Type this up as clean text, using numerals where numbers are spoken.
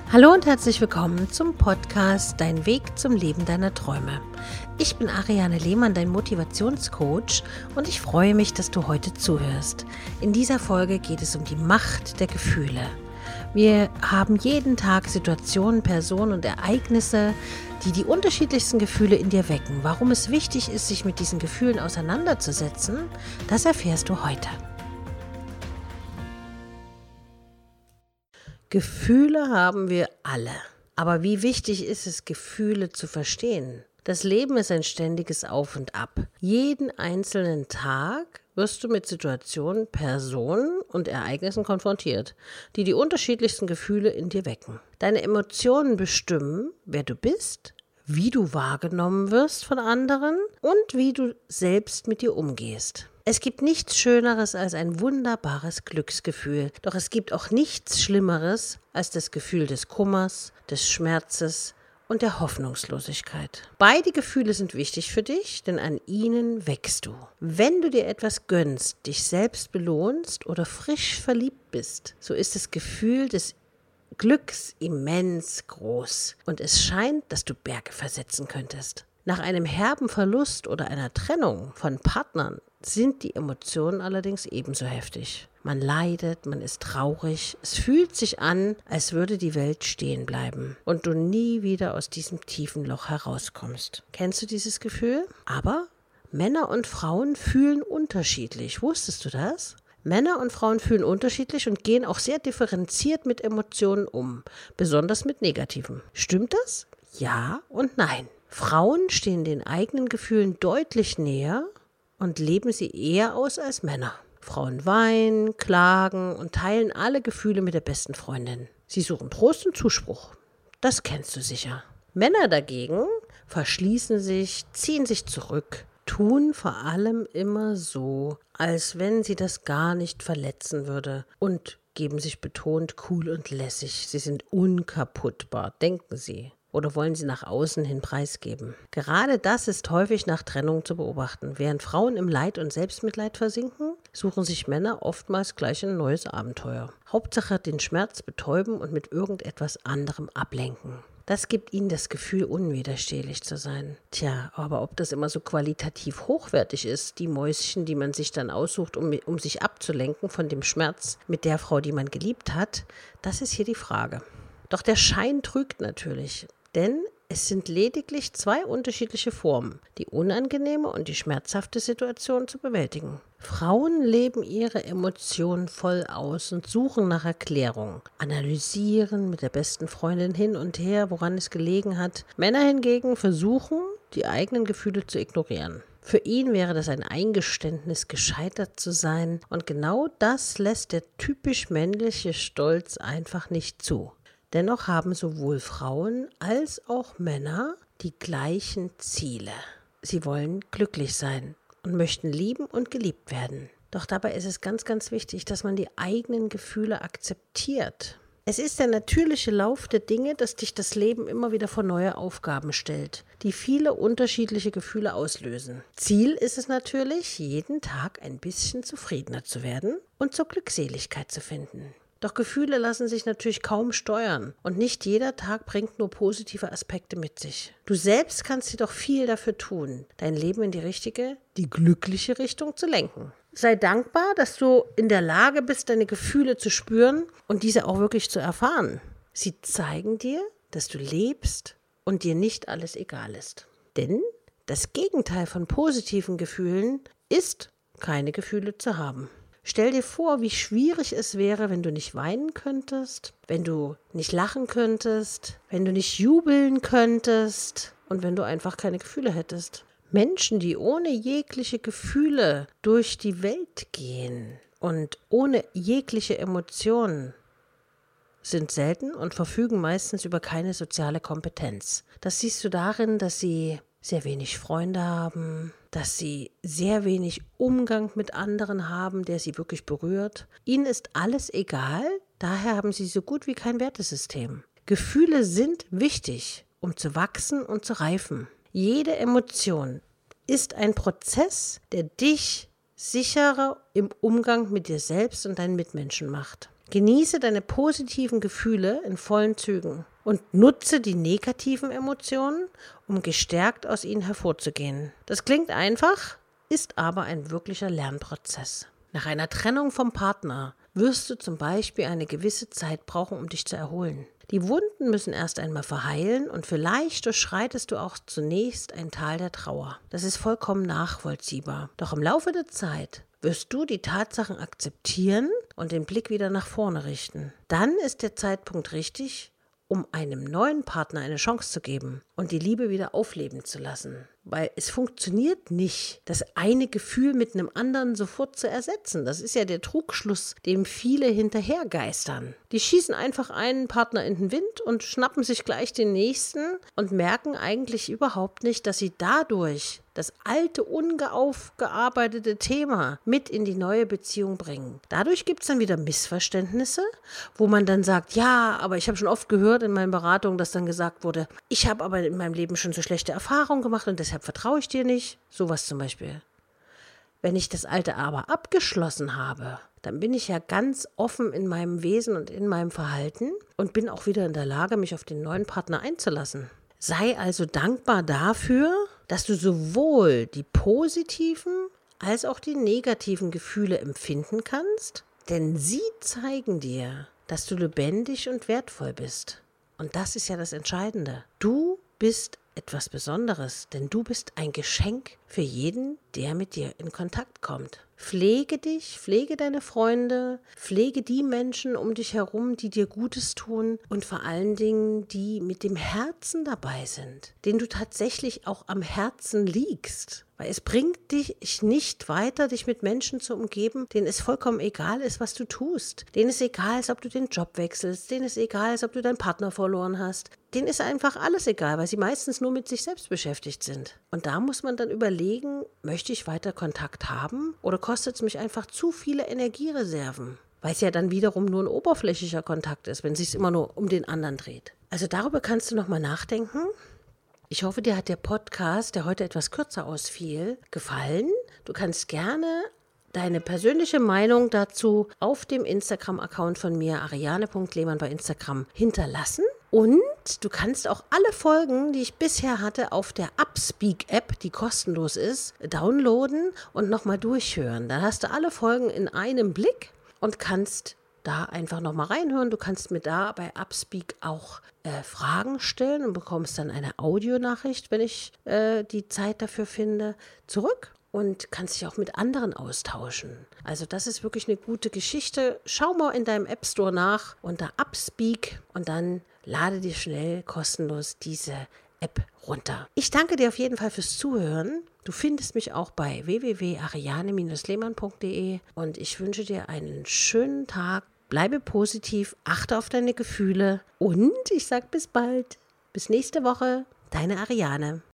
Hallo und herzlich willkommen zum Podcast Dein Weg zum Leben deiner Träume. Ich bin Ariane Lehmann, dein Motivationscoach, und ich freue mich, dass du heute zuhörst. In dieser Folge geht es um die Macht der Gefühle. Wir haben jeden Tag Situationen, Personen und Ereignisse, die die unterschiedlichsten Gefühle in dir wecken. Warum es wichtig ist, sich mit diesen Gefühlen auseinanderzusetzen, das erfährst du heute. Gefühle haben wir alle. Aber wie wichtig ist es, Gefühle zu verstehen? Das Leben ist ein ständiges Auf und Ab. Jeden einzelnen Tag wirst du mit Situationen, Personen und Ereignissen konfrontiert, die die unterschiedlichsten Gefühle in dir wecken. Deine Emotionen bestimmen, wer du bist, wie du wahrgenommen wirst von anderen und wie du selbst mit dir umgehst. Es gibt nichts Schöneres als ein wunderbares Glücksgefühl, doch es gibt auch nichts Schlimmeres als das Gefühl des Kummers, des Schmerzes und der Hoffnungslosigkeit. Beide Gefühle sind wichtig für dich, denn an ihnen wächst du. Wenn du dir etwas gönnst, dich selbst belohnst oder frisch verliebt bist, so ist das Gefühl des Glücks immens groß und es scheint, dass du Berge versetzen könntest. Nach einem herben Verlust oder einer Trennung von Partnern sind die Emotionen allerdings ebenso heftig. Man leidet, man ist traurig, es fühlt sich an, als würde die Welt stehen bleiben und du nie wieder aus diesem tiefen Loch herauskommst. Kennst du dieses Gefühl? Aber Männer und Frauen fühlen unterschiedlich. Wusstest du das? Männer und Frauen fühlen unterschiedlich und gehen auch sehr differenziert mit Emotionen um, besonders mit negativen. Stimmt das? Ja und nein. Frauen stehen den eigenen Gefühlen deutlich näher und leben sie eher aus als Männer. Frauen weinen, klagen und teilen alle Gefühle mit der besten Freundin. Sie suchen Trost und Zuspruch. Das kennst du sicher. Männer dagegen verschließen sich, ziehen sich zurück, tun vor allem immer so, als wenn sie das gar nicht verletzen würde und geben sich betont cool und lässig. Sie sind unkaputtbar, denken sie. Oder wollen sie nach außen hin preisgeben? Gerade das ist häufig nach Trennung zu beobachten. Während Frauen im Leid und Selbstmitleid versinken, suchen sich Männer oftmals gleich ein neues Abenteuer. Hauptsache den Schmerz betäuben und mit irgendetwas anderem ablenken. Das gibt ihnen das Gefühl, unwiderstehlich zu sein. Tja, aber ob das immer so qualitativ hochwertig ist, die Mäuschen, die man sich dann aussucht, um sich abzulenken von dem Schmerz mit der Frau, die man geliebt hat, das ist hier die Frage. Doch der Schein trügt natürlich. Denn es sind lediglich zwei unterschiedliche Formen, die unangenehme und die schmerzhafte Situation zu bewältigen. Frauen leben ihre Emotionen voll aus und suchen nach Erklärung, analysieren mit der besten Freundin hin und her, woran es gelegen hat. Männer hingegen versuchen, die eigenen Gefühle zu ignorieren. Für ihn wäre das ein Eingeständnis, gescheitert zu sein, und genau das lässt der typisch männliche Stolz einfach nicht zu. Dennoch haben sowohl Frauen als auch Männer die gleichen Ziele. Sie wollen glücklich sein und möchten lieben und geliebt werden. Doch dabei ist es ganz, ganz wichtig, dass man die eigenen Gefühle akzeptiert. Es ist der natürliche Lauf der Dinge, dass dich das Leben immer wieder vor neue Aufgaben stellt, die viele unterschiedliche Gefühle auslösen. Ziel ist es natürlich, jeden Tag ein bisschen zufriedener zu werden und zur Glückseligkeit zu finden. Doch Gefühle lassen sich natürlich kaum steuern und nicht jeder Tag bringt nur positive Aspekte mit sich. Du selbst kannst jedoch viel dafür tun, dein Leben in die glückliche Richtung zu lenken. Sei dankbar, dass du in der Lage bist, deine Gefühle zu spüren und diese auch wirklich zu erfahren. Sie zeigen dir, dass du lebst und dir nicht alles egal ist. Denn das Gegenteil von positiven Gefühlen ist, keine Gefühle zu haben. Stell dir vor, wie schwierig es wäre, wenn du nicht weinen könntest, wenn du nicht lachen könntest, wenn du nicht jubeln könntest und wenn du einfach keine Gefühle hättest. Menschen, die ohne jegliche Gefühle durch die Welt gehen und ohne jegliche Emotionen, sind selten und verfügen meistens über keine soziale Kompetenz. Das siehst du darin, dass sie sehr wenig Freunde haben, dass sie sehr wenig Umgang mit anderen haben, der sie wirklich berührt. Ihnen ist alles egal, daher haben sie so gut wie kein Wertesystem. Gefühle sind wichtig, um zu wachsen und zu reifen. Jede Emotion ist ein Prozess, der dich sicherer im Umgang mit dir selbst und deinen Mitmenschen macht. Genieße deine positiven Gefühle in vollen Zügen und nutze die negativen Emotionen, um gestärkt aus ihnen hervorzugehen. Das klingt einfach, ist aber ein wirklicher Lernprozess. Nach einer Trennung vom Partner wirst du zum Beispiel eine gewisse Zeit brauchen, um dich zu erholen. Die Wunden müssen erst einmal verheilen und vielleicht durchschreitest du auch zunächst ein Tal der Trauer. Das ist vollkommen nachvollziehbar. Doch im Laufe der Zeit wirst du die Tatsachen akzeptieren und den Blick wieder nach vorne richten. Dann ist der Zeitpunkt richtig, um einem neuen Partner eine Chance zu geben und die Liebe wieder aufleben zu lassen. Weil es funktioniert nicht, das eine Gefühl mit einem anderen sofort zu ersetzen. Das ist ja der Trugschluss, dem viele hinterhergeistern. Die schießen einfach einen Partner in den Wind und schnappen sich gleich den nächsten und merken eigentlich überhaupt nicht, dass sie dadurch das alte, ungeaufgearbeitete Thema mit in die neue Beziehung bringen. Dadurch gibt es dann wieder Missverständnisse, wo man dann sagt, ja, aber ich habe schon oft gehört in meinen Beratungen, dass dann gesagt wurde, ich habe aber in meinem Leben schon so schlechte Erfahrungen gemacht und deshalb vertraue ich dir nicht. Sowas zum Beispiel. Wenn ich das Alte aber abgeschlossen habe, dann bin ich ja ganz offen in meinem Wesen und in meinem Verhalten und bin auch wieder in der Lage, mich auf den neuen Partner einzulassen. Sei also dankbar dafür, dass du sowohl die positiven als auch die negativen Gefühle empfinden kannst, denn sie zeigen dir, dass du lebendig und wertvoll bist. Und das ist ja das Entscheidende. Du bist etwas Besonderes, denn du bist ein Geschenk für jeden, der mit dir in Kontakt kommt. Pflege dich, pflege deine Freunde, pflege die Menschen um dich herum, die dir Gutes tun und vor allen Dingen, die mit dem Herzen dabei sind, denen du tatsächlich auch am Herzen liegst. Weil es bringt dich nicht weiter, dich mit Menschen zu umgeben, denen es vollkommen egal ist, was du tust. Denen es egal ist, ob du den Job wechselst, denen es egal ist, ob du deinen Partner verloren hast. Denen ist einfach alles egal, weil sie meistens nur mit sich selbst beschäftigt sind. Und da muss man dann überlegen, möchte ich weiter Kontakt haben oder kostet es mich einfach zu viele Energiereserven? Weil es ja dann wiederum nur ein oberflächlicher Kontakt ist, wenn es sich immer nur um den anderen dreht. Also darüber kannst du nochmal nachdenken. Ich hoffe, dir hat der Podcast, der heute etwas kürzer ausfiel, gefallen. Du kannst gerne deine persönliche Meinung dazu auf dem Instagram-Account von mir, ariane.lehmann bei Instagram, hinterlassen. Und du kannst auch alle Folgen, die ich bisher hatte, auf der Upspeak-App, die kostenlos ist, downloaden und nochmal durchhören. Dann hast du alle Folgen in einem Blick und kannst da einfach nochmal reinhören. Du kannst mir da bei Upspeak auch Fragen stellen und bekommst dann eine Audionachricht, wenn ich die Zeit dafür finde, zurück. Und kannst dich auch mit anderen austauschen. Also das ist wirklich eine gute Geschichte. Schau mal in deinem App Store nach unter Upspeak und dann lade dir schnell kostenlos diese App runter. Ich danke dir auf jeden Fall fürs Zuhören. Du findest mich auch bei www.ariane-lehmann.de und ich wünsche dir einen schönen Tag. Bleibe positiv, achte auf deine Gefühle und ich sage bis bald. Bis nächste Woche, deine Ariane.